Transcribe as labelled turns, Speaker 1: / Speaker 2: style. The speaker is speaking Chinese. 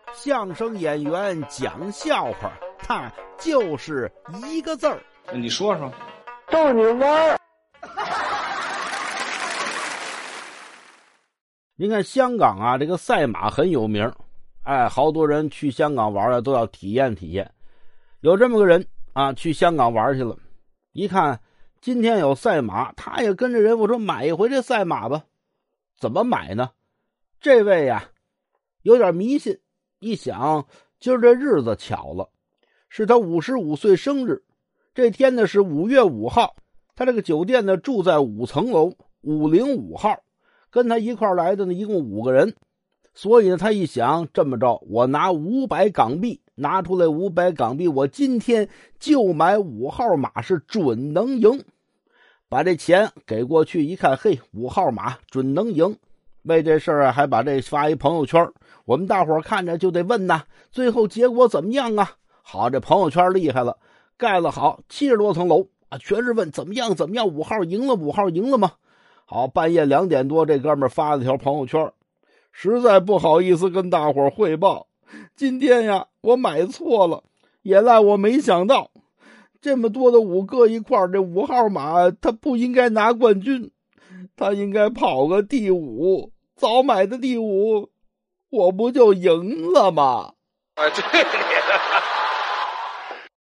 Speaker 1: 相声演员讲笑话，他就是一个字儿。
Speaker 2: 你说说。
Speaker 3: 逗你玩儿。
Speaker 1: 您看香港啊，这个赛马很有名，好多人去香港玩啊，都要体验体验。有这么个人啊，去香港玩去了，一看今天有赛马，他也跟着人，我说买一回这赛马吧。怎么买呢？这位呀，有点迷信，一想今儿这日子巧了，是他55岁生日，这天呢是5月5号，他这个酒店呢住在5层楼505号，跟他一块来的呢一共5个人，所以呢他一想这么着，我拿500港币，拿出来500港币，我今天就买5号马，是准能赢。把这钱给过去一看，嘿，5号马准能赢。为这事儿还把这发一朋友圈，我们大伙看着就得问呐，最后结果怎么样啊？好，这朋友圈厉害了，盖了好70多层楼啊，全是问怎么样怎么样，5号赢了，5号赢了吗？好，半夜2点多，这哥们儿发了条朋友圈，实在不好意思跟大伙汇报，今天呀我买错了，也赖我没想到，这么多的5个一块，这5号马他不应该拿冠军，他应该跑个第5，早买的第5，我不就赢了吗？
Speaker 2: 对你的。